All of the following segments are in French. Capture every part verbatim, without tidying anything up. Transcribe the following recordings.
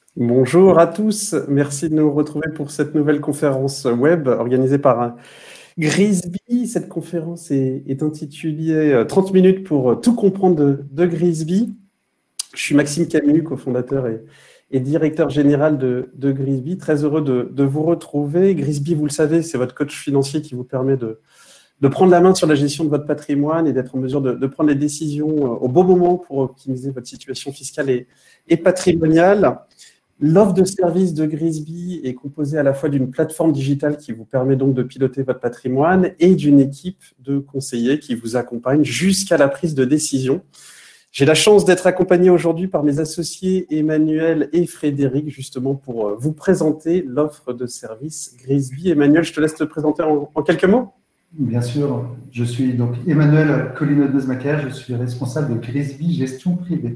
Bonjour à tous, merci de nous retrouver pour cette nouvelle conférence web organisée par euh, Grisby. Cette conférence est, est intitulée euh, trente minutes pour euh, tout comprendre de, de Grisby. Je suis Maxime Camus, cofondateur et, et directeur général de, de Grisby. Très heureux de, de vous retrouver. Grisby, vous le savez, c'est votre coach financier qui vous permet de, de prendre la main sur la gestion de votre patrimoine et d'être en mesure de, de prendre les décisions au bon moment pour optimiser votre situation fiscale et, et patrimoniale. L'offre de service de Grisby est composée à la fois d'une plateforme digitale qui vous permet donc de piloter votre patrimoine et d'une équipe de conseillers qui vous accompagne jusqu'à la prise de décision. J'ai la chance d'être accompagné aujourd'hui par mes associés Emmanuel et Frédéric, justement pour vous présenter l'offre de service Grisby. Emmanuel, je te laisse te présenter en, en quelques mots. Bien sûr, je suis donc Emmanuel Collinot-Bezmacher, je suis responsable de Grisby Gestion Privée.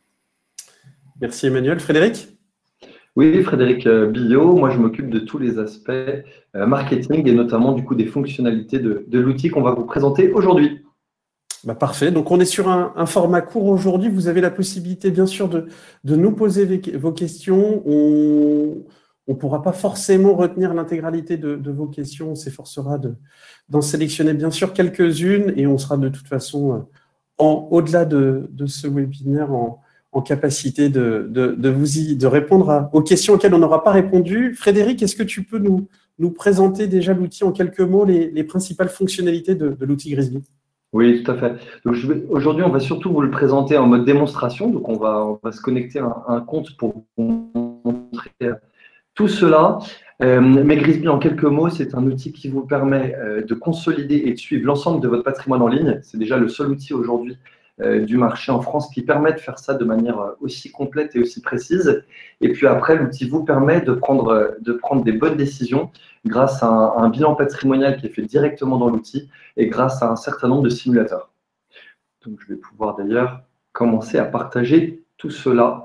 Merci Emmanuel. Frédéric ? Oui, Frédéric Billot, moi je m'occupe de tous les aspects euh, marketing et notamment du coup des fonctionnalités de, de l'outil qu'on va vous présenter aujourd'hui. Bah parfait, donc on est sur un, un format court aujourd'hui. Vous avez la possibilité bien sûr de, de nous poser vos questions. On ne pourra pas forcément retenir l'intégralité de, de vos questions. On s'efforcera de, d'en sélectionner bien sûr quelques-unes et on sera de toute façon en, au-delà de, de ce webinaire en en capacité de, de, de, vous y, de répondre à, aux questions auxquelles on n'aura pas répondu. Frédéric, est-ce que tu peux nous, nous présenter déjà l'outil en quelques mots, les, les principales fonctionnalités de, de l'outil Grisby ? Oui, tout à fait. Donc, je vais, aujourd'hui, on va surtout vous le présenter en mode démonstration. Donc, on va, on va se connecter à un, à un compte pour vous montrer tout cela. Euh, mais Grisby, en quelques mots, c'est un outil qui vous permet euh, de consolider et de suivre l'ensemble de votre patrimoine en ligne. C'est déjà le seul outil aujourd'hui du marché en France qui permet de faire ça de manière aussi complète et aussi précise. Et puis après, l'outil vous permet de prendre, de prendre des bonnes décisions grâce à un, un bilan patrimonial qui est fait directement dans l'outil et grâce à un certain nombre de simulateurs. Donc, je vais pouvoir d'ailleurs commencer à partager tout cela.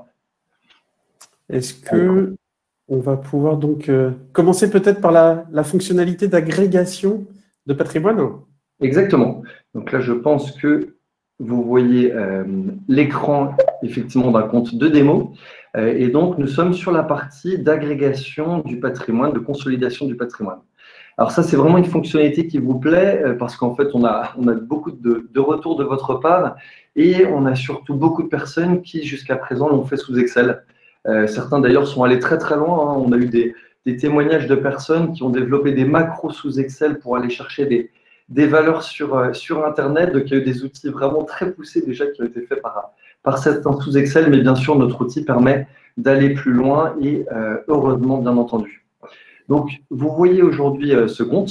Est-ce que on va pouvoir donc euh, commencer peut-être par la, la fonctionnalité d'agrégation de patrimoine ? Exactement. Donc là, je pense que vous voyez euh, l'écran effectivement d'un compte de démo euh, et donc nous sommes sur la partie d'agrégation du patrimoine, de consolidation du patrimoine. Alors ça, c'est vraiment une fonctionnalité qui vous plaît euh, parce qu'en fait, on a, on a beaucoup de, de retours de votre part et on a surtout beaucoup de personnes qui jusqu'à présent l'ont fait sous Excel. Euh, certains d'ailleurs sont allés très très loin. Hein. On a eu des, des témoignages de personnes qui ont développé des macros sous Excel pour aller chercher des des valeurs sur, sur Internet. Donc, il y a eu des outils vraiment très poussés déjà qui ont été faits par, par certains sous Excel, mais bien sûr, notre outil permet d'aller plus loin et euh, heureusement, bien entendu. Donc, vous voyez aujourd'hui euh, ce compte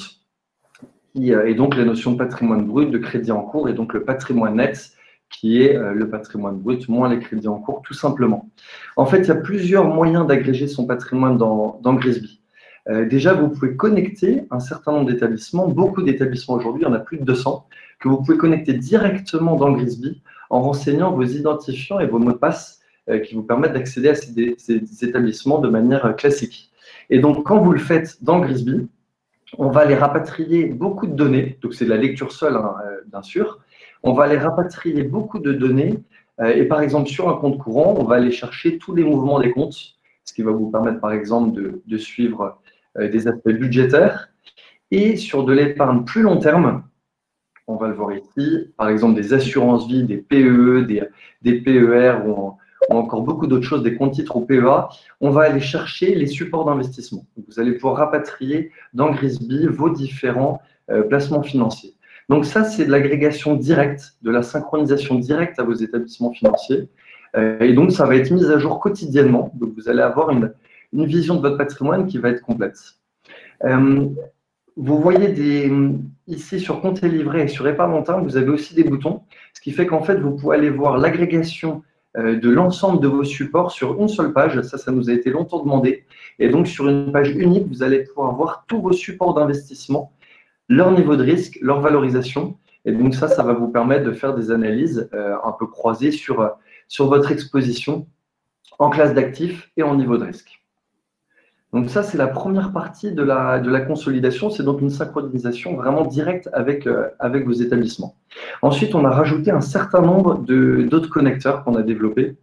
qui euh, est donc la notion de patrimoine brut, de crédit en cours et donc le patrimoine net qui est euh, le patrimoine brut moins les crédits en cours, tout simplement. En fait, il y a plusieurs moyens d'agréger son patrimoine dans, dans Grisby. Euh, déjà, vous pouvez connecter un certain nombre d'établissements, beaucoup d'établissements aujourd'hui, il y en a plus de deux cents, que vous pouvez connecter directement dans Grisby en renseignant vos identifiants et vos mots de passe euh, qui vous permettent d'accéder à ces, ces établissements de manière euh, classique. Et donc, quand vous le faites dans Grisby, on va aller rapatrier beaucoup de données, donc c'est de la lecture seule, hein, euh, bien sûr, on va aller rapatrier beaucoup de données euh, et par exemple, sur un compte courant, on va aller chercher tous les mouvements des comptes, ce qui va vous permettre par exemple de, de suivre des aspects budgétaires, et sur de l'épargne plus long terme, on va le voir ici, par exemple des assurances-vie, des P E E, des, des P E R ou, ou encore beaucoup d'autres choses, des comptes titres ou P E A, on va aller chercher les supports d'investissement. Vous allez pouvoir rapatrier dans Grisby vos différents euh, placements financiers. Donc ça, c'est de l'agrégation directe, de la synchronisation directe à vos établissements financiers. Euh, et donc, ça va être mis à jour quotidiennement. Donc, vous allez avoir une une vision de votre patrimoine qui va être complète. Euh, vous voyez des, ici sur compte et livret et sur épargne long terme, vous avez aussi des boutons, ce qui fait qu'en fait, vous pouvez aller voir l'agrégation euh, de l'ensemble de vos supports sur une seule page. Ça, ça nous a été longtemps demandé. Et donc, sur une page unique, vous allez pouvoir voir tous vos supports d'investissement, leur niveau de risque, leur valorisation. Et donc, ça, ça va vous permettre de faire des analyses euh, un peu croisées sur, sur votre exposition en classe d'actifs et en niveau de risque. Donc ça, c'est la première partie de la, de la consolidation. C'est donc une synchronisation vraiment directe avec, euh, avec vos établissements. Ensuite, on a rajouté un certain nombre de, d'autres connecteurs qu'on a développés.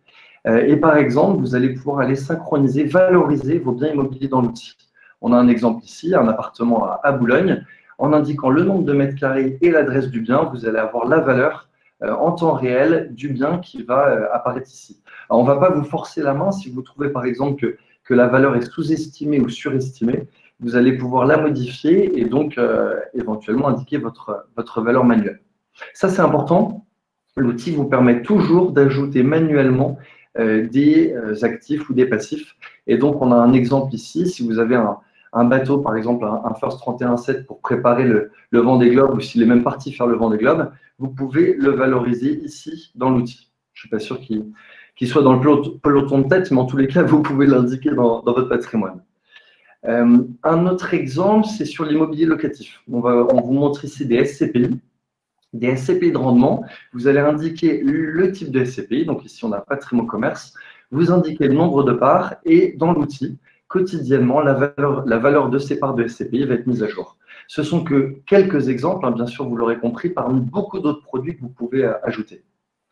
Euh, et par exemple, vous allez pouvoir aller synchroniser, valoriser vos biens immobiliers dans l'outil. On a un exemple ici, un appartement à, à Boulogne. En indiquant le nombre de mètres carrés et l'adresse du bien, vous allez avoir la valeur euh, en temps réel du bien qui va euh, apparaître ici. Alors, on ne va pas vous forcer la main. Si vous trouvez par exemple que, que la valeur est sous-estimée ou surestimée, vous allez pouvoir la modifier et donc euh, éventuellement indiquer votre, votre valeur manuelle. Ça, c'est important. L'outil vous permet toujours d'ajouter manuellement euh, des euh, actifs ou des passifs. Et donc, on a un exemple ici. Si vous avez un, un bateau, par exemple, un, un First trente et un sept pour préparer le, le Vendée Globe, ou s'il est même parti faire le Vendée Globe, vous pouvez le valoriser ici dans l'outil. Je ne suis pas sûr qu'il qu'il soit dans le peloton de tête, mais en tous les cas, vous pouvez l'indiquer dans, dans votre patrimoine. Euh, un autre exemple, c'est sur l'immobilier locatif. On, va, on vous montre ici des S C P I. Des S C P I de rendement, vous allez indiquer le type de S C P I, donc ici on a patrimoine commerce, vous indiquez le nombre de parts et dans l'outil, quotidiennement, la valeur, la valeur de ces parts de S C P I va être mise à jour. Ce sont que quelques exemples, hein, bien sûr vous l'aurez compris, parmi beaucoup d'autres produits que vous pouvez euh, ajouter.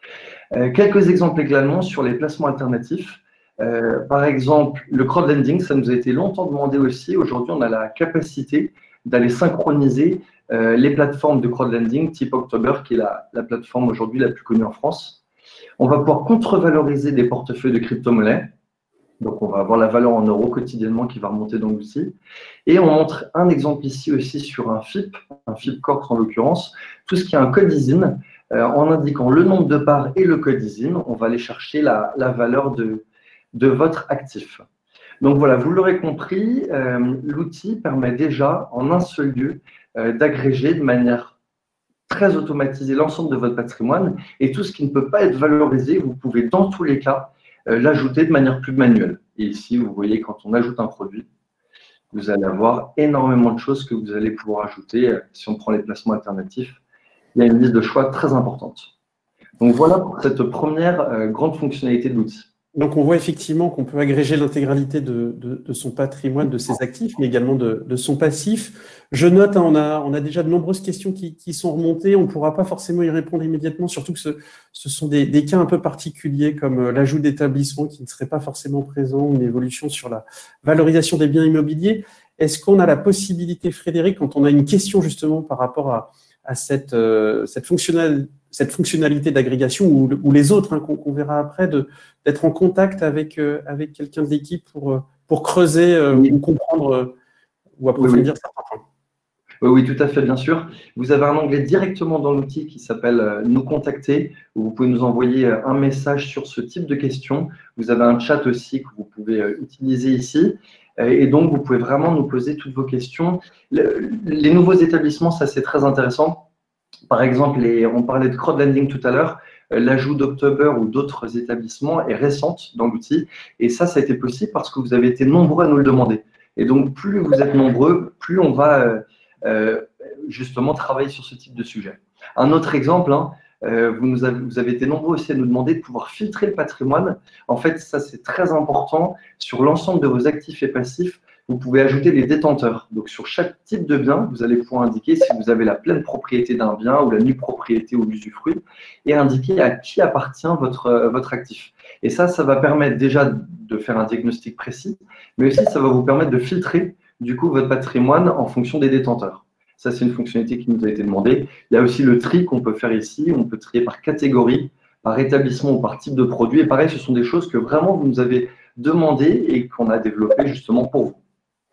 Euh, quelques exemples également sur les placements alternatifs. Euh, par exemple, le crowdlending, ça nous a été longtemps demandé aussi. Aujourd'hui, on a la capacité d'aller synchroniser Euh, les plateformes de crowdlending type October, qui est la, la plateforme aujourd'hui la plus connue en France. On va pouvoir contre-valoriser des portefeuilles de crypto-monnaies. Donc, on va avoir la valeur en euros quotidiennement qui va remonter dans l'outil. Et on montre un exemple ici aussi sur un F I P, un F I P Corp en l'occurrence, tout ce qui est un code I S I N. Euh, en indiquant le nombre de parts et le code I S I N, on va aller chercher la, la valeur de, de votre actif. Donc voilà, vous l'aurez compris, euh, l'outil permet déjà en un seul lieu euh, d'agréger de manière très automatisée l'ensemble de votre patrimoine et tout ce qui ne peut pas être valorisé, vous pouvez dans tous les cas euh, l'ajouter de manière plus manuelle. Et ici, vous voyez, quand on ajoute un produit, vous allez avoir énormément de choses que vous allez pouvoir ajouter. Si on prend les placements alternatifs, il y a une liste de choix très importante. Donc voilà pour cette première euh, grande fonctionnalité de l'outil. Donc, on voit effectivement qu'on peut agréger l'intégralité de, de, de son patrimoine, de ses actifs, mais également de, de son passif. Je note, hein, on, a, on a déjà de nombreuses questions qui, qui sont remontées. On ne pourra pas forcément y répondre immédiatement, surtout que ce, ce sont des, des cas un peu particuliers, comme l'ajout d'établissements qui ne seraient pas forcément présents, ou une évolution sur la valorisation des biens immobiliers. Est-ce qu'on a la possibilité, Frédéric, quand on a une question justement par rapport à, à cette, euh, cette fonctionnalité, cette fonctionnalité d'agrégation ou, ou les autres hein, qu'on qu'on verra après, d'être en contact avec, euh, avec quelqu'un de l'équipe pour, pour creuser euh, oui. ou comprendre euh, ou approfondir oui, oui. certains points. Oui, oui, tout à fait, bien sûr. Vous avez un onglet directement dans l'outil qui s'appelle euh, « Nous contacter » où vous pouvez nous envoyer euh, un message sur ce type de questions. Vous avez un chat aussi que vous pouvez euh, utiliser ici. Et donc, vous pouvez vraiment nous poser toutes vos questions. Le, les nouveaux établissements, ça c'est très intéressant. Par exemple, les, on parlait de crowdlending tout à l'heure, euh, l'ajout d'October ou d'autres établissements est récente dans l'outil. Et ça, ça a été possible parce que vous avez été nombreux à nous le demander. Et donc, plus vous êtes nombreux, plus on va euh, euh, justement travailler sur ce type de sujet. Un autre exemple, hein, euh, vous, nous avez, vous avez été nombreux aussi à nous demander de pouvoir filtrer le patrimoine. En fait, ça, c'est très important. Sur l'ensemble de vos actifs et passifs, vous pouvez ajouter des détenteurs. Donc, sur chaque type de bien, vous allez pouvoir indiquer si vous avez la pleine propriété d'un bien ou la nue propriété ou l'usufruit et indiquer à qui appartient votre, euh, votre actif. Et ça, ça va permettre déjà de faire un diagnostic précis, mais aussi ça va vous permettre de filtrer du coup votre patrimoine en fonction des détenteurs. Ça, c'est une fonctionnalité qui nous a été demandée. Il y a aussi le tri qu'on peut faire ici. On peut trier par catégorie, par établissement ou par type de produit. Et pareil, ce sont des choses que vraiment vous nous avez demandées et qu'on a développées justement pour vous.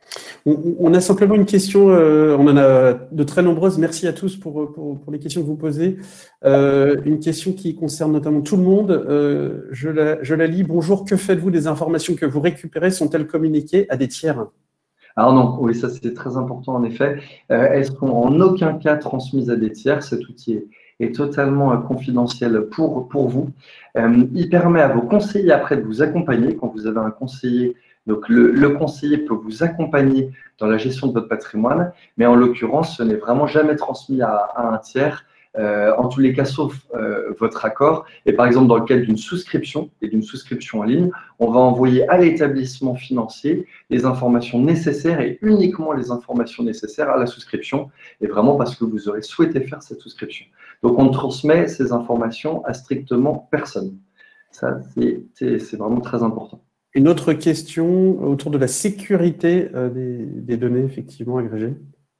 On a simplement une question, euh, on en a de très nombreuses, merci à tous pour, pour, pour les questions que vous posez. Euh, une question qui concerne notamment tout le monde, euh, je, la, je la lis. Bonjour, que faites-vous des informations que vous récupérez? Sont-elles communiquées à des tiers? Alors non, oui, ça c'est très important en effet. Euh, elles sont en aucun cas transmises à des tiers. Cet outil est, est totalement euh, confidentiel pour, pour vous. Euh, il permet à vos conseillers après de vous accompagner quand vous avez un conseiller. Donc, le, le conseiller peut vous accompagner dans la gestion de votre patrimoine, mais en l'occurrence, ce n'est vraiment jamais transmis à, à un tiers, euh, en tous les cas, sauf euh, votre accord. Et par exemple, dans le cadre d'une souscription et d'une souscription en ligne, on va envoyer à l'établissement financier les informations nécessaires et uniquement les informations nécessaires à la souscription, et vraiment parce que vous aurez souhaité faire cette souscription. Donc, on ne transmet ces informations à strictement personne. Ça, c'est vraiment très important. Une autre question autour de la sécurité euh, des, des données effectivement agrégées.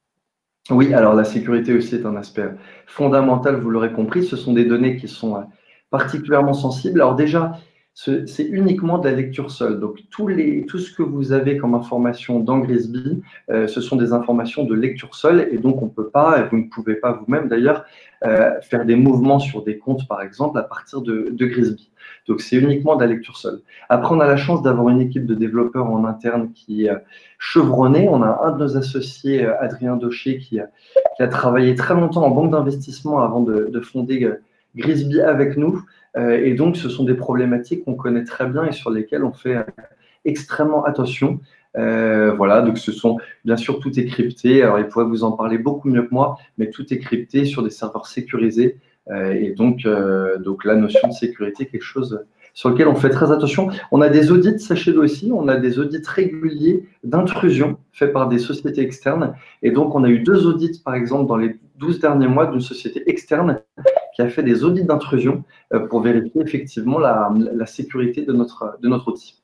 Oui, alors la sécurité aussi est un aspect fondamental, vous l'aurez compris. Ce sont des données qui sont particulièrement sensibles. Alors déjà, c'est uniquement de la lecture seule. Donc, tous les, tout ce que vous avez comme information dans Grisby, euh, ce sont des informations de lecture seule. Et donc, on ne peut pas, et vous ne pouvez pas vous-même d'ailleurs, euh, faire des mouvements sur des comptes, par exemple, à partir de, de Grisby. Donc, c'est uniquement de la lecture seule. Après, on a la chance d'avoir une équipe de développeurs en interne qui est chevronnée. On a un de nos associés, Adrien Daucher, qui a, qui a travaillé très longtemps en banque d'investissement avant de, de fonder Grisby avec nous. Euh, et donc, ce sont des problématiques qu'on connaît très bien et sur lesquelles on fait extrêmement attention. Euh, voilà, donc ce sont, bien sûr, tout est crypté. Alors, il pourrait vous en parler beaucoup mieux que moi, mais tout est crypté sur des serveurs sécurisés. Euh, et donc, euh, donc, la notion de sécurité est quelque chose sur lequel on fait très attention. On a des audits, sachez-le aussi, on a des audits réguliers d'intrusion faits par des sociétés externes. Et donc, on a eu deux audits, par exemple, dans les douze derniers mois d'une société externe qui a fait des audits d'intrusion euh, pour vérifier effectivement la, la sécurité de notre, de notre outil.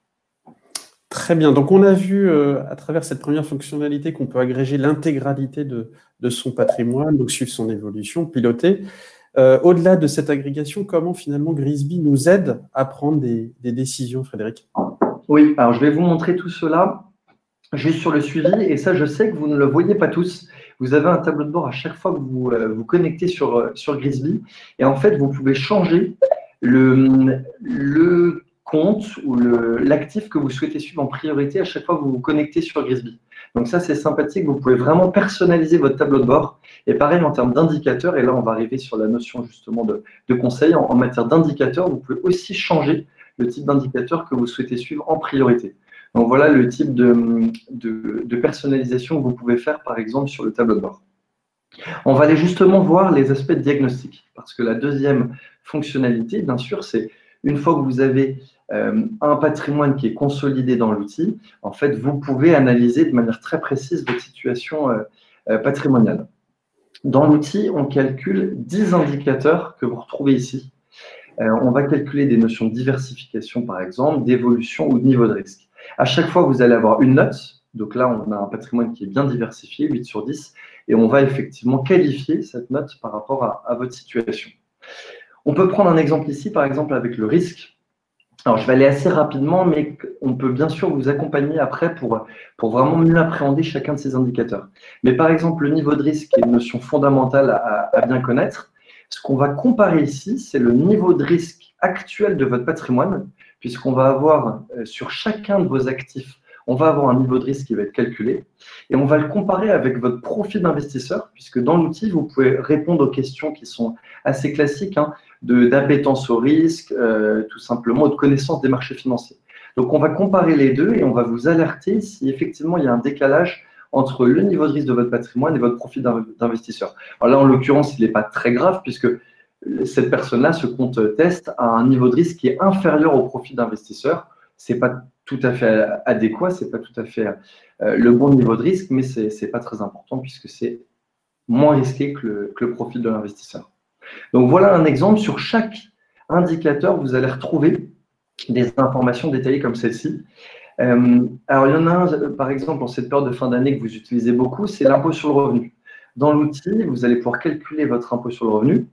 Très bien. Donc, on a vu euh, à travers cette première fonctionnalité qu'on peut agréger l'intégralité de, de son patrimoine, donc suivre son évolution, piloter. Euh, Au-delà de cette agrégation, comment finalement Grisby nous aide à prendre des, des décisions, Frédéric? Oui, alors je vais vous montrer tout cela juste sur le suivi. Et ça, je sais que vous ne le voyez pas tous. Vous avez un tableau de bord à chaque fois que vous euh, vous connectez sur, euh, sur Grisby. Et en fait, vous pouvez changer le, le compte ou l'actif que vous souhaitez suivre en priorité à chaque fois que vous vous connectez sur Grisby. Donc ça, c'est sympathique. Vous pouvez vraiment personnaliser votre tableau de bord. Et pareil, en termes d'indicateurs, et là, on va arriver sur la notion justement de, de conseil. En, en matière d'indicateurs, vous pouvez aussi changer le type d'indicateur que vous souhaitez suivre en priorité. Donc voilà le type de, de, de personnalisation que vous pouvez faire, par exemple, sur le tableau de bord. On va aller justement voir les aspects de diagnostic, parce que la deuxième fonctionnalité, bien sûr, c'est une fois que vous avez euh, un patrimoine qui est consolidé dans l'outil, en fait, vous pouvez analyser de manière très précise votre situation euh, euh, patrimoniale. Dans l'outil, on calcule dix indicateurs que vous retrouvez ici. Euh, on va calculer des notions de diversification, par exemple, d'évolution ou de niveau de risque. À chaque fois, vous allez avoir une note. Donc là, on a un patrimoine qui est bien diversifié, huit sur dix, et on va effectivement qualifier cette note par rapport à, à votre situation. On peut prendre un exemple ici, par exemple, avec le risque. Alors, je vais aller assez rapidement, mais on peut bien sûr vous accompagner après pour, pour vraiment mieux appréhender chacun de ces indicateurs. Mais par exemple, le niveau de risque est une notion fondamentale à, à bien connaître. Ce qu'on va comparer ici, c'est le niveau de risque actuel de votre patrimoine, puisqu'on va avoir euh, sur chacun de vos actifs, on va avoir un niveau de risque qui va être calculé, et on va le comparer avec votre profil d'investisseur, puisque dans l'outil, vous pouvez répondre aux questions qui sont assez classiques, hein, d'appétence au risque, euh, tout simplement, ou de connaissance des marchés financiers. Donc, on va comparer les deux et on va vous alerter si effectivement il y a un décalage entre le niveau de risque de votre patrimoine et votre profil d'investisseur. Alors là, en l'occurrence, il n'est pas très grave puisque cette personne-là, ce compte test, a un niveau de risque qui est inférieur au profil d'investisseur. Ce n'est pas tout à fait adéquat, ce n'est pas tout à fait euh, le bon niveau de risque, mais ce n'est pas très important puisque c'est moins risqué que le, que le profil de l'investisseur. Donc voilà un exemple. Sur chaque indicateur, vous allez retrouver des informations détaillées comme celle-ci. Euh, alors, il y en a un, par exemple, en cette période de fin d'année que vous utilisez beaucoup, c'est l'impôt sur le revenu. Dans l'outil, vous allez pouvoir calculer votre impôt sur le revenu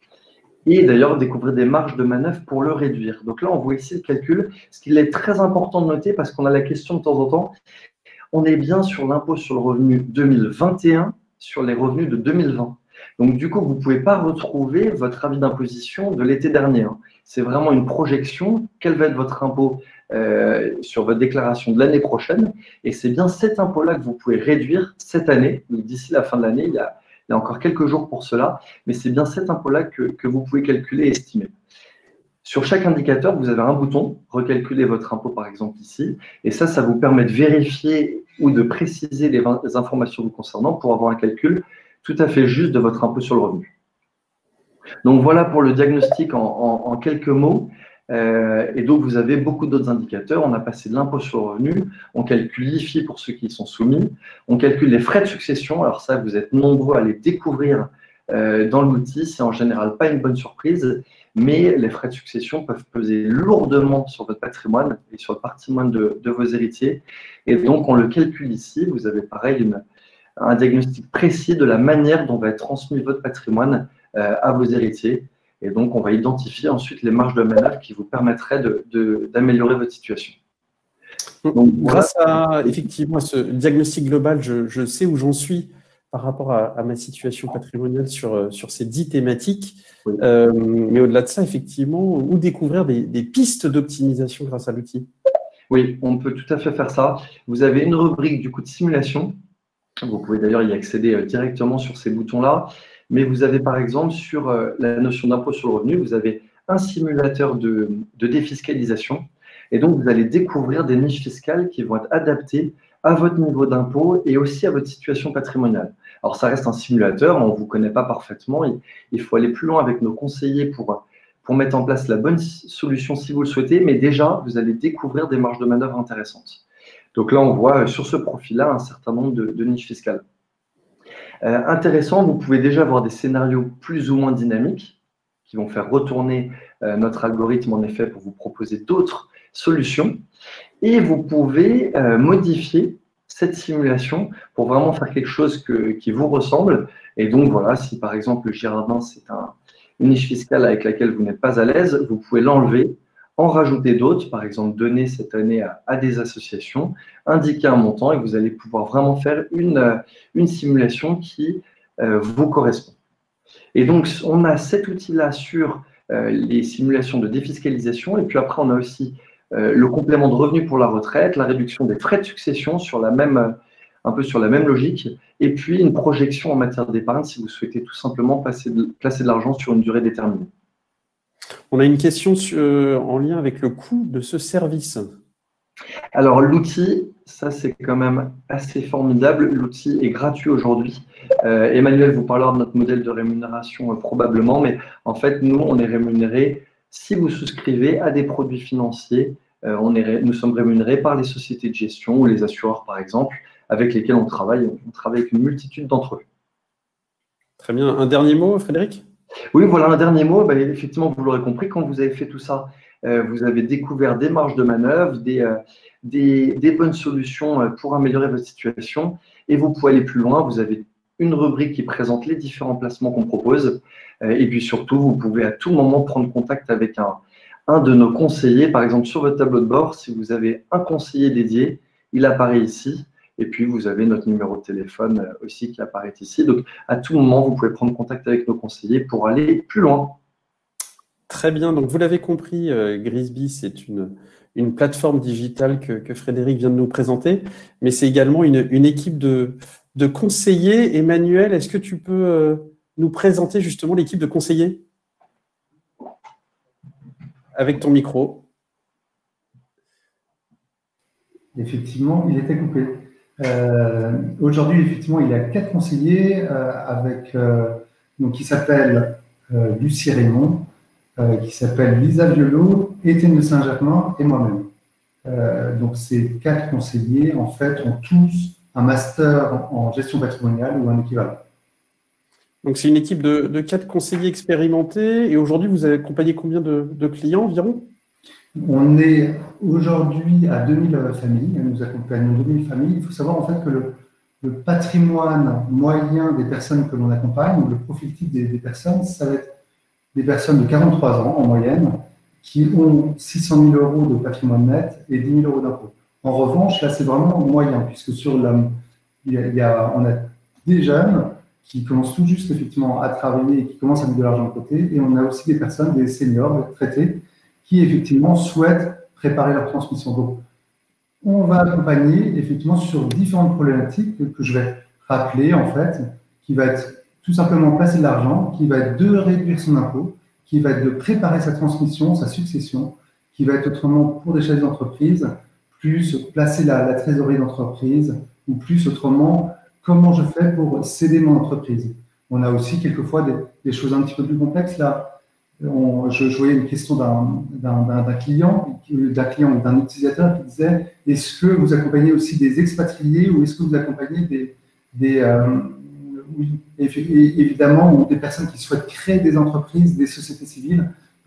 et d'ailleurs découvrir des marges de manœuvre pour le réduire. Donc là, on voit ici le calcul. Ce qu'il est très important de noter, parce qu'on a la question de temps en temps, on est bien sur l'impôt sur le revenu deux mille vingt et un sur les revenus de deux mille vingt. Donc, du coup, vous ne pouvez pas retrouver votre avis d'imposition de l'été dernier. C'est vraiment une projection. Quel va être votre impôt euh, sur votre déclaration de l'année prochaine? Et c'est bien cet impôt-là que vous pouvez réduire cette année. Donc, d'ici la fin de l'année, il, il y a encore quelques jours pour cela. Mais c'est bien cet impôt-là que, que vous pouvez calculer et estimer. Sur chaque indicateur, vous avez un bouton « Recalculer votre impôt » par exemple ici. Et ça, ça vous permet de vérifier ou de préciser les, les informations vous concernant pour avoir un calcul tout à fait juste de votre impôt sur le revenu. Donc voilà pour le diagnostic en, en, en quelques mots. Euh, et donc vous avez beaucoup d'autres indicateurs. On a passé de l'impôt sur le revenu, on calcule l'I F I pour ceux qui y sont soumis, on calcule les frais de succession. Alors ça, vous êtes nombreux à les découvrir euh, dans l'outil. C'est en général pas une bonne surprise, mais les frais de succession peuvent peser lourdement sur votre patrimoine et sur le patrimoine de, de vos héritiers. Et donc, on le calcule ici. Vous avez pareil une, un diagnostic précis de la manière dont va être transmis votre patrimoine euh, à vos héritiers. Et donc, on va identifier ensuite les marges de manœuvre qui vous permettraient d'améliorer votre situation. Donc, grâce à effectivement à ce diagnostic global, je, je sais où j'en suis par rapport à, à ma situation patrimoniale sur, sur ces dix thématiques. Oui. Euh, mais au-delà de ça, effectivement, où découvrir des, des pistes d'optimisation grâce à l'outil? Oui, on peut tout à fait faire ça. Vous avez une rubrique du coup de simulation. Vous pouvez d'ailleurs y accéder directement sur ces boutons-là. Mais vous avez par exemple sur la notion d'impôt sur le revenu, vous avez un simulateur de, de défiscalisation. Et donc, vous allez découvrir des niches fiscales qui vont être adaptées à votre niveau d'impôt et aussi à votre situation patrimoniale. Alors, ça reste un simulateur, on ne vous connaît pas parfaitement. Il, il faut aller plus loin avec nos conseillers pour, pour mettre en place la bonne solution si vous le souhaitez. Mais déjà, vous allez découvrir des marges de manœuvre intéressantes. Donc là, on voit sur ce profil-là un certain nombre de, de niches fiscales. Euh, intéressant, vous pouvez déjà avoir des scénarios plus ou moins dynamiques qui vont faire retourner euh, notre algorithme, en effet, pour vous proposer d'autres solutions. Et vous pouvez euh, modifier cette simulation pour vraiment faire quelque chose que, qui vous ressemble. Et donc, voilà, si par exemple le Girardin, c'est un, une niche fiscale avec laquelle vous n'êtes pas à l'aise, vous pouvez l'enlever, en rajouter d'autres, par exemple donner cette année à, à des associations, indiquer un montant et vous allez pouvoir vraiment faire une, une simulation qui euh, vous correspond. Et donc, on a cet outil-là sur euh, les simulations de défiscalisation et puis après, on a aussi euh, le complément de revenu pour la retraite, la réduction des frais de succession sur la même, un peu sur la même logique et puis une projection en matière d'épargne si vous souhaitez tout simplement placer de, placer de l'argent sur une durée déterminée. On a une question sur, euh, en lien avec le coût de ce service. Alors, l'outil, ça c'est quand même assez formidable. L'outil est gratuit aujourd'hui. Euh, Emmanuel vous parlera de notre modèle de rémunération euh, probablement, mais en fait, nous, on est rémunérés si vous souscrivez à des produits financiers. Euh, on est, nous sommes rémunérés par les sociétés de gestion ou les assureurs, par exemple, avec lesquels on travaille. On travaille avec une multitude d'entre eux. Très bien. Un dernier mot, Frédéric ? Oui, voilà un dernier mot. Ben, effectivement, vous l'aurez compris, quand vous avez fait tout ça, euh, vous avez découvert des marges de manœuvre, des, euh, des, des bonnes solutions pour améliorer votre situation et vous pouvez aller plus loin. Vous avez une rubrique qui présente les différents placements qu'on propose euh, et puis surtout, vous pouvez à tout moment prendre contact avec un, un de nos conseillers. Par exemple, sur votre tableau de bord, si vous avez un conseiller dédié, il apparaît ici. Et puis, vous avez notre numéro de téléphone aussi qui apparaît ici. Donc, à tout moment, vous pouvez prendre contact avec nos conseillers pour aller plus loin. Très bien. Donc, vous l'avez compris, euh, Grisby, c'est une, une plateforme digitale que, que Frédéric vient de nous présenter, mais c'est également une, une équipe de, de conseillers. Emmanuel, est-ce que tu peux euh, nous présenter justement l'équipe de conseillers avec ton micro? Effectivement, il était coupé. Euh, Aujourd'hui, effectivement, il y a quatre conseillers euh, avec, euh, donc, qui s'appellent euh, Lucie Raymond, euh, qui s'appelle Lisa Violot, Étienne de Saint-Germain et moi-même. Euh, donc, ces quatre conseillers, en fait, ont tous un master en gestion patrimoniale ou un équivalent. Donc, c'est une équipe de, de quatre conseillers expérimentés. Et aujourd'hui, vous avez accompagné combien de, de clients environ? On est aujourd'hui à deux mille familles, nous accompagnons deux mille familles. Il faut savoir en fait que le, le patrimoine moyen des personnes que l'on accompagne, ou le profil type des, des personnes, ça va être des personnes de quarante-trois ans en moyenne, qui ont six cent mille euros de patrimoine net et dix mille euros d'impôt. En revanche, là c'est vraiment moyen, puisque sur la, il y a, il y a, on a des jeunes qui commencent tout juste effectivement à travailler et qui commencent à mettre de l'argent de côté, et on a aussi des personnes, des seniors, des retraités, qui effectivement souhaitent préparer leur transmission. Donc, on va accompagner effectivement sur différentes problématiques que je vais rappeler en fait, qui va être tout simplement placer de l'argent, qui va être de réduire son impôt, qui va être de préparer sa transmission, sa succession, qui va être autrement pour des chefs d'entreprise, plus placer la, la trésorerie d'entreprise, ou plus autrement comment je fais pour céder mon entreprise. On a aussi quelquefois des, des choses un petit peu plus complexes là. On, je, je voyais une question d'un client, d'un client ou d'un utilisateur qui disait « Est-ce que vous accompagnez aussi des expatriés ou est-ce que vous accompagnez des, des euh, oui, évidemment, ou des personnes qui souhaitent créer des entreprises, des sociétés civiles ?»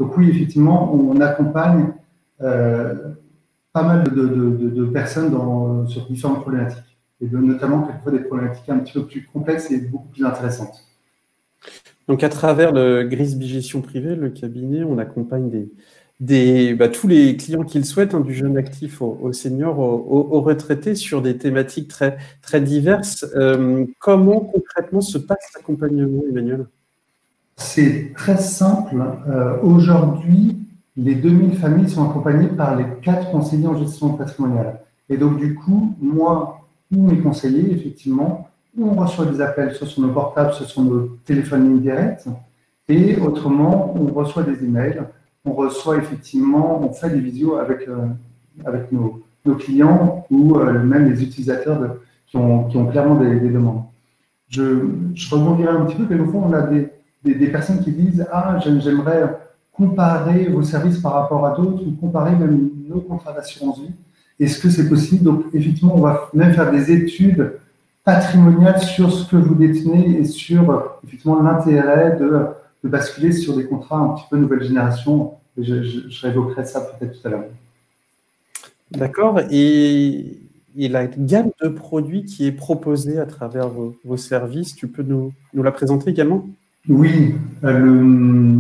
Donc oui, effectivement, on accompagne euh, pas mal de, de, de, de personnes dans, sur différentes problématiques, et de, notamment quelquefois des problématiques un petit peu plus complexes et beaucoup plus intéressantes. Donc à travers le Grisby Gestion Privée, le cabinet, on accompagne des, des, bah, tous les clients qu'ils souhaitent, hein, du jeune actif au, au senior, au, au, au retraité, sur des thématiques très, très diverses. Euh, comment concrètement se passe l'accompagnement, Emmanuel? C'est très simple. Euh, Aujourd'hui, les deux mille familles sont accompagnées par les quatre conseillers en gestion patrimoniale. Et donc, du coup, moi ou mes conseillers, effectivement, on reçoit des appels soit sur nos portables, soit sur nos téléphones lignes directes. Et autrement, on reçoit des emails, on reçoit effectivement, on fait des visios avec, euh, avec nos, nos clients ou euh, même les utilisateurs de, qui, ont, qui ont clairement des, des demandes. Je, je rebondirai un petit peu, mais au fond, on a des, des, des personnes qui disent « Ah, j'aimerais comparer vos services par rapport à d'autres ou comparer même nos contrats d'assurance vie. Est-ce que c'est possible ?» Donc, effectivement, on va même faire des études patrimoniales sur ce que vous détenez et sur effectivement l'intérêt de, de basculer sur des contrats un petit peu nouvelle génération. Je, je, je réévoquerai ça peut-être tout à l'heure. D'accord. Et, et la gamme de produits qui est proposée à travers vos, vos services, tu peux nous, nous la présenter également? Oui. Euh, le,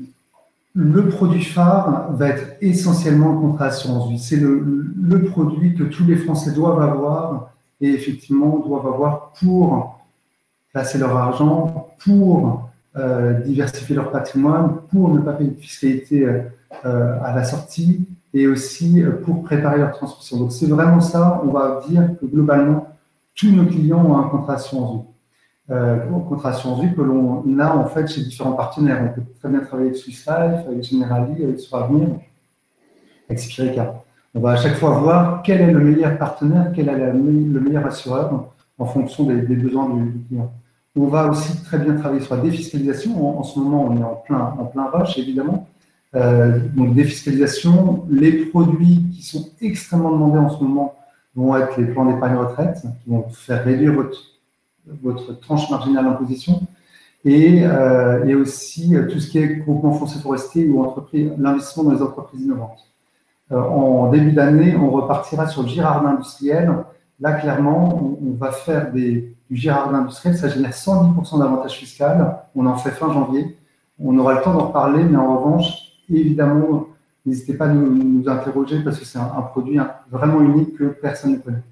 le produit phare va être essentiellement le contrat assurance vie. C'est le, le produit que tous les Français doivent avoir et effectivement doivent avoir pour placer leur argent, pour euh, diversifier leur patrimoine, pour ne pas payer de fiscalité euh, à la sortie et aussi pour préparer leur transmission. Donc c'est vraiment ça, on va dire que globalement, tous nos clients ont un contrat assurance vie. Euh, contrat assurance vie que l'on a en fait chez différents partenaires. On peut très bien travailler avec Swiss Life, avec Generali, avec Soravenir, avec Spirica. On va à chaque fois voir quel est le meilleur partenaire, quel est le meilleur assureur en fonction des, des besoins du, du client. On va aussi très bien travailler sur la défiscalisation. En, en ce moment, on est en plein, en plein rush, évidemment. Euh, donc, défiscalisation, les produits qui sont extrêmement demandés en ce moment vont être les plans d'épargne retraite, qui vont faire réduire votre, votre tranche marginale d'imposition, et, euh, et aussi tout ce qui est groupement foncier forestier ou entreprise, l'investissement dans les entreprises innovantes. Euh, en début d'année, on repartira sur le Girardin industriel. Là, clairement, on, on va faire des, du Girardin industriel. Ça génère cent dix pour cent d'avantages fiscaux. On en fait fin janvier. On aura le temps d'en reparler, mais en revanche, évidemment, n'hésitez pas à nous, nous interroger parce que c'est un, un produit vraiment unique que personne ne connaît.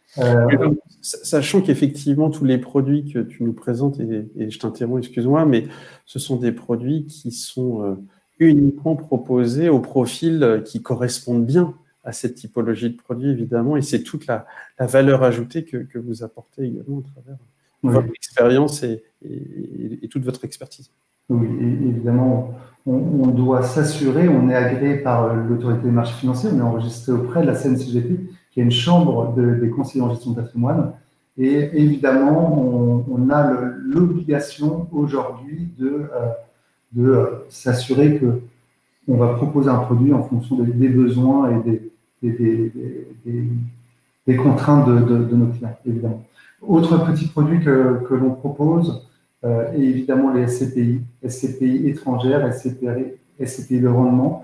Euh, Sachant qu'effectivement, tous les produits que tu nous présentes, et, et je t'interromps, excuse-moi, mais ce sont des produits qui sont euh, uniquement proposés aux profils qui correspondent bien à cette typologie de produits, évidemment, et c'est toute la, la valeur ajoutée que, que vous apportez également à travers oui. votre expérience et, et, et toute votre expertise. Oui, évidemment, on, on doit s'assurer, on est agréé par l'autorité des marchés financiers, on est enregistré auprès de la C N C G P, qui est une chambre de, des conseillers en gestion de patrimoine, et évidemment, on, on a l'obligation aujourd'hui de, euh, de euh, s'assurer que on va proposer un produit en fonction des, des besoins et des, des, des, des, des contraintes de, de, de nos clients, évidemment. Autre petit produit que, que l'on propose, euh, est évidemment les S C P I, S C P I étrangères, S C P I, S C P I de rendement,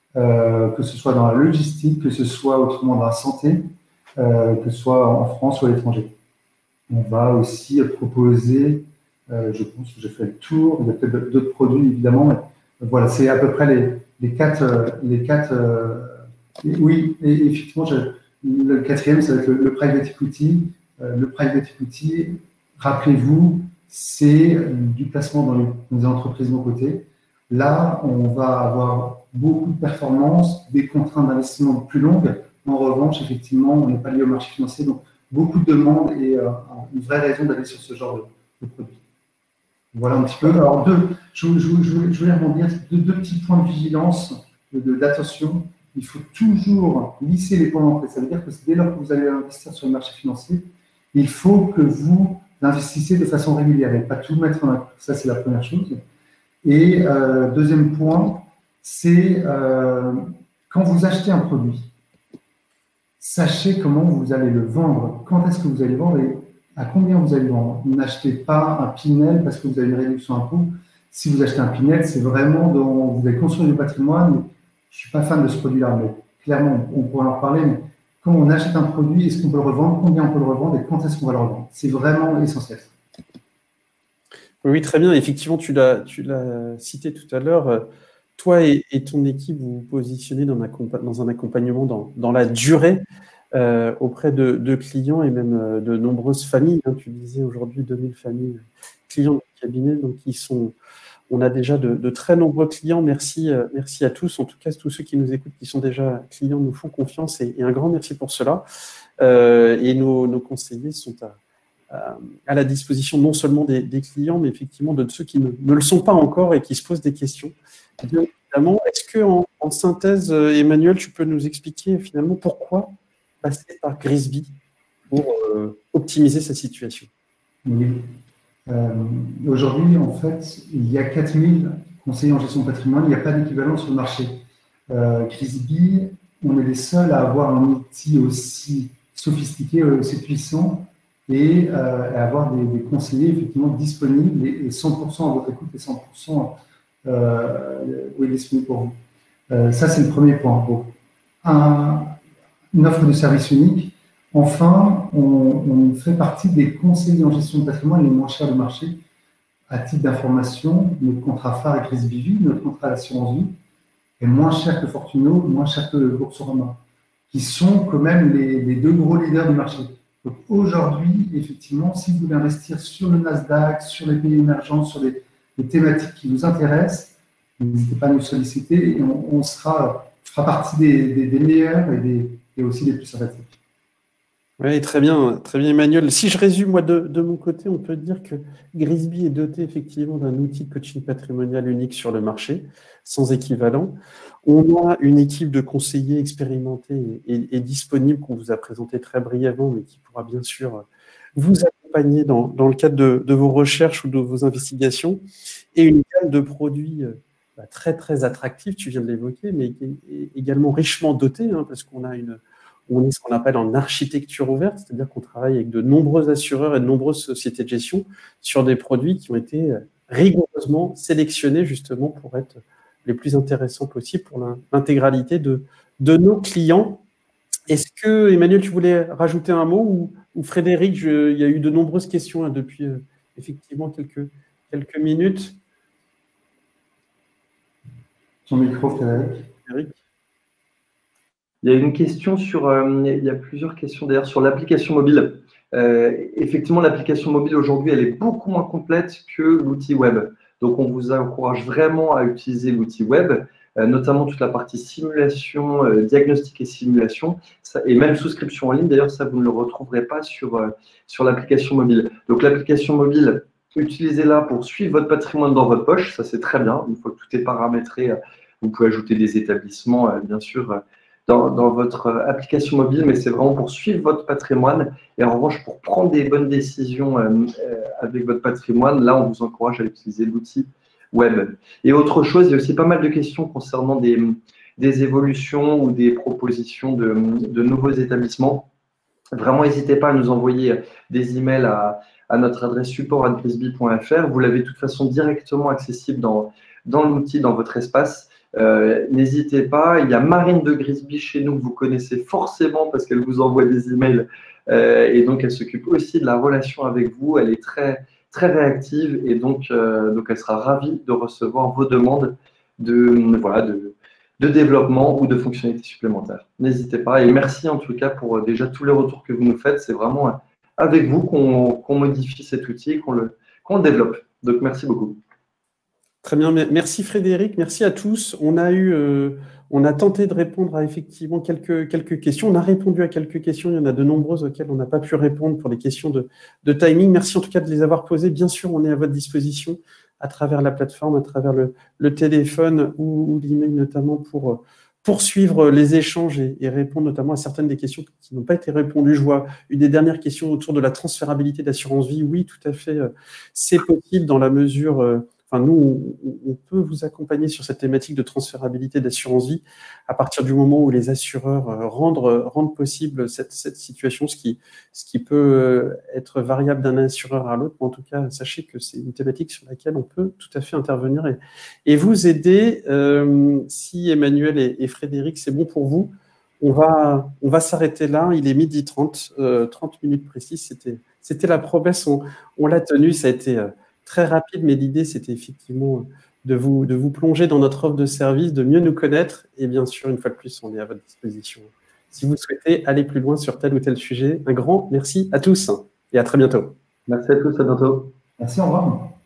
euh, que ce soit dans la logistique, que ce soit autrement dans la santé, euh, que ce soit en France ou à l'étranger. On va aussi proposer, euh, je pense que j'ai fait le tour, il y a peut-être d'autres produits évidemment, mais voilà, c'est à peu près les, les quatre, les quatre euh, oui, et effectivement, je, le quatrième, ça va être le, le private equity. Euh, le private equity, rappelez-vous, c'est du placement dans les, dans les entreprises de nos côtés. Là, on va avoir beaucoup de performances, des contraintes d'investissement plus longues. En revanche, effectivement, on n'est pas lié au marché financier, donc beaucoup de demandes et euh, une vraie raison d'aller sur ce genre de, de produit. Voilà un petit peu. Alors, deux, je, je, je, je voulais rebondir deux, deux petits points de vigilance, d'attention. Il faut toujours lisser les points d'entrée. Ça veut dire que dès lors que vous allez investir sur le marché financier, il faut que vous investissez de façon régulière et pas tout mettre en un. Ça, c'est la première chose. Et euh, deuxième point, c'est euh, quand vous achetez un produit, sachez comment vous allez le vendre, quand est-ce que vous allez vendre et à combien vous allez vendre. N'achetez pas un Pinel parce que vous avez une réduction impôt. si vous achetez un Pinel, c'est vraiment dans, vous allez construire du patrimoine. Je ne suis pas fan de ce produit-là, mais clairement, on pourra en reparler. Mais quand on achète un produit, est-ce qu'on peut le revendre, combien on peut le revendre et quand est-ce qu'on va le revendre? C'est vraiment essentiel. Oui, très bien. Effectivement, tu l'as tu l'as cité tout à l'heure. Toi et, et ton équipe, vous vous positionnez dans un, dans un accompagnement dans, dans la durée euh, auprès de, de clients et même de nombreuses familles. Hein. Tu disais aujourd'hui deux mille familles clients du cabinet, donc ils sont, on a déjà de, de très nombreux clients. Merci, euh, merci à tous. En tout cas, tous ceux qui nous écoutent, qui sont déjà clients, nous font confiance et, et un grand merci pour cela. Euh, et nos, nos conseillers sont à à la disposition non seulement des, des clients, mais effectivement de ceux qui ne, ne le sont pas encore et qui se posent des questions. Bien évidemment, est-ce que en, en synthèse, Emmanuel, tu peux nous expliquer finalement pourquoi passer par Grisby pour euh, optimiser sa situation? Oui. Euh, Aujourd'hui, en fait, il y a quatre mille conseillers en gestion de patrimoine, il n'y a pas d'équivalent sur le marché. Euh, Grisby, on est les seuls à avoir un outil aussi sophistiqué, aussi puissant, et euh, avoir des, des conseillers effectivement disponibles et, et cent pour cent à votre écoute et cent pour cent euh, oui, disponibles pour vous. Euh, ça, c'est le premier point. Donc, un, une offre de service unique. Enfin, on, on fait partie des conseillers en gestion de patrimoine les moins chers du marché. À titre d'information, notre contrat phare avec Grisby Vie, notre contrat d'assurance vie, est moins cher que Fortuno, moins cher que Boursorama, qui sont quand même les, les deux gros leaders du marché. Donc aujourd'hui, effectivement, si vous voulez investir sur le Nasdaq, sur les pays émergents, sur les, les thématiques qui vous intéressent, n'hésitez pas à nous solliciter et on, on sera, fera partie des, des, des meilleurs et, des, et aussi des plus sympathiques. Oui, très bien, très bien, Emmanuel. Si je résume, moi, de, de mon côté, on peut dire que Grisby est doté effectivement d'un outil de coaching patrimonial unique sur le marché, sans équivalent. On a une équipe de conseillers expérimentés et, et, et disponibles qu'on vous a présenté très brièvement, mais qui pourra bien sûr vous accompagner dans, dans le cadre de, de vos recherches ou de vos investigations, et une gamme de produits bah, très, très attractifs, tu viens de l'évoquer, mais également richement dotés, hein, parce qu'on a une On est ce qu'on appelle en architecture ouverte, c'est-à-dire qu'on travaille avec de nombreux assureurs et de nombreuses sociétés de gestion sur des produits qui ont été rigoureusement sélectionnés justement pour être les plus intéressants possibles pour l'intégralité de, de nos clients. Est-ce que, Emmanuel, tu voulais rajouter un mot ou, ou Frédéric, je, il y a eu de nombreuses questions hein, depuis euh, effectivement quelques, quelques minutes. Ton micro, Frédéric. Frédéric. Il y a une question sur, euh, il y a plusieurs questions d'ailleurs sur l'application mobile. Euh, effectivement, l'application mobile aujourd'hui, elle est beaucoup moins complète que l'outil web. Donc, on vous encourage vraiment à utiliser l'outil web, euh, notamment toute la partie simulation, euh, diagnostic et simulation, ça, et même souscription en ligne. D'ailleurs, ça, vous ne le retrouverez pas sur, euh, sur l'application mobile. Donc, l'application mobile, utilisez-la pour suivre votre patrimoine dans votre poche. Ça, c'est très bien. Une fois que tout est paramétré, vous pouvez ajouter des établissements, euh, bien sûr, euh, Dans, dans votre application mobile, mais c'est vraiment pour suivre votre patrimoine. Et en revanche, pour prendre des bonnes décisions euh, avec votre patrimoine, là, on vous encourage à utiliser l'outil web. Et autre chose, il y a aussi pas mal de questions concernant des, des évolutions ou des propositions de, de nouveaux établissements. Vraiment, n'hésitez pas à nous envoyer des emails à, à notre adresse support arobase grisby point f r. Vous l'avez de toute façon directement accessible dans, dans l'outil, dans votre espace. Euh, n'hésitez pas, il y a Marine de Grisby chez nous que vous connaissez forcément parce qu'elle vous envoie des emails euh, et donc elle s'occupe aussi de la relation avec vous, elle est très, très réactive et donc, euh, donc elle sera ravie de recevoir vos demandes de, voilà, de, de développement ou de fonctionnalités supplémentaires. N'hésitez pas et merci en tout cas pour déjà tous les retours que vous nous faites, c'est vraiment avec vous qu'on qu'on modifie cet outil et qu'on le, qu'on le développe. Donc merci beaucoup. Très bien, merci Frédéric, merci à tous. On a eu, euh, on a tenté de répondre à effectivement quelques, quelques questions. On a répondu à quelques questions, il y en a de nombreuses auxquelles on n'a pas pu répondre pour les questions de, de timing. Merci en tout cas de les avoir posées. Bien sûr, on est à votre disposition à travers la plateforme, à travers le, le téléphone ou, ou l'email notamment pour poursuivre les échanges et, et répondre notamment à certaines des questions qui n'ont pas été répondues. Je vois une des dernières questions autour de la transférabilité d'assurance vie. Oui, tout à fait, c'est possible dans la mesure enfin nous, on, on peut vous accompagner sur cette thématique de transférabilité d'assurance vie à partir du moment où les assureurs euh, rendent, rendent possible cette, cette situation, ce qui, ce qui peut être variable d'un assureur à l'autre. En tout cas, sachez que c'est une thématique sur laquelle on peut tout à fait intervenir et, et vous aider. Euh, si Emmanuel et, et Frédéric, c'est bon pour vous, on va, on va s'arrêter là. Il est midi trente, euh, trente minutes précises. C'était, c'était la promesse, on, on l'a tenue. Ça a été euh, très rapide, mais l'idée, c'était effectivement de vous, de vous plonger dans notre offre de service, de mieux nous connaître. Et bien sûr, une fois de plus, on est à votre disposition. Si vous souhaitez aller plus loin sur tel ou tel sujet, un grand merci à tous et à très bientôt. Merci à tous, à bientôt. Merci, au revoir.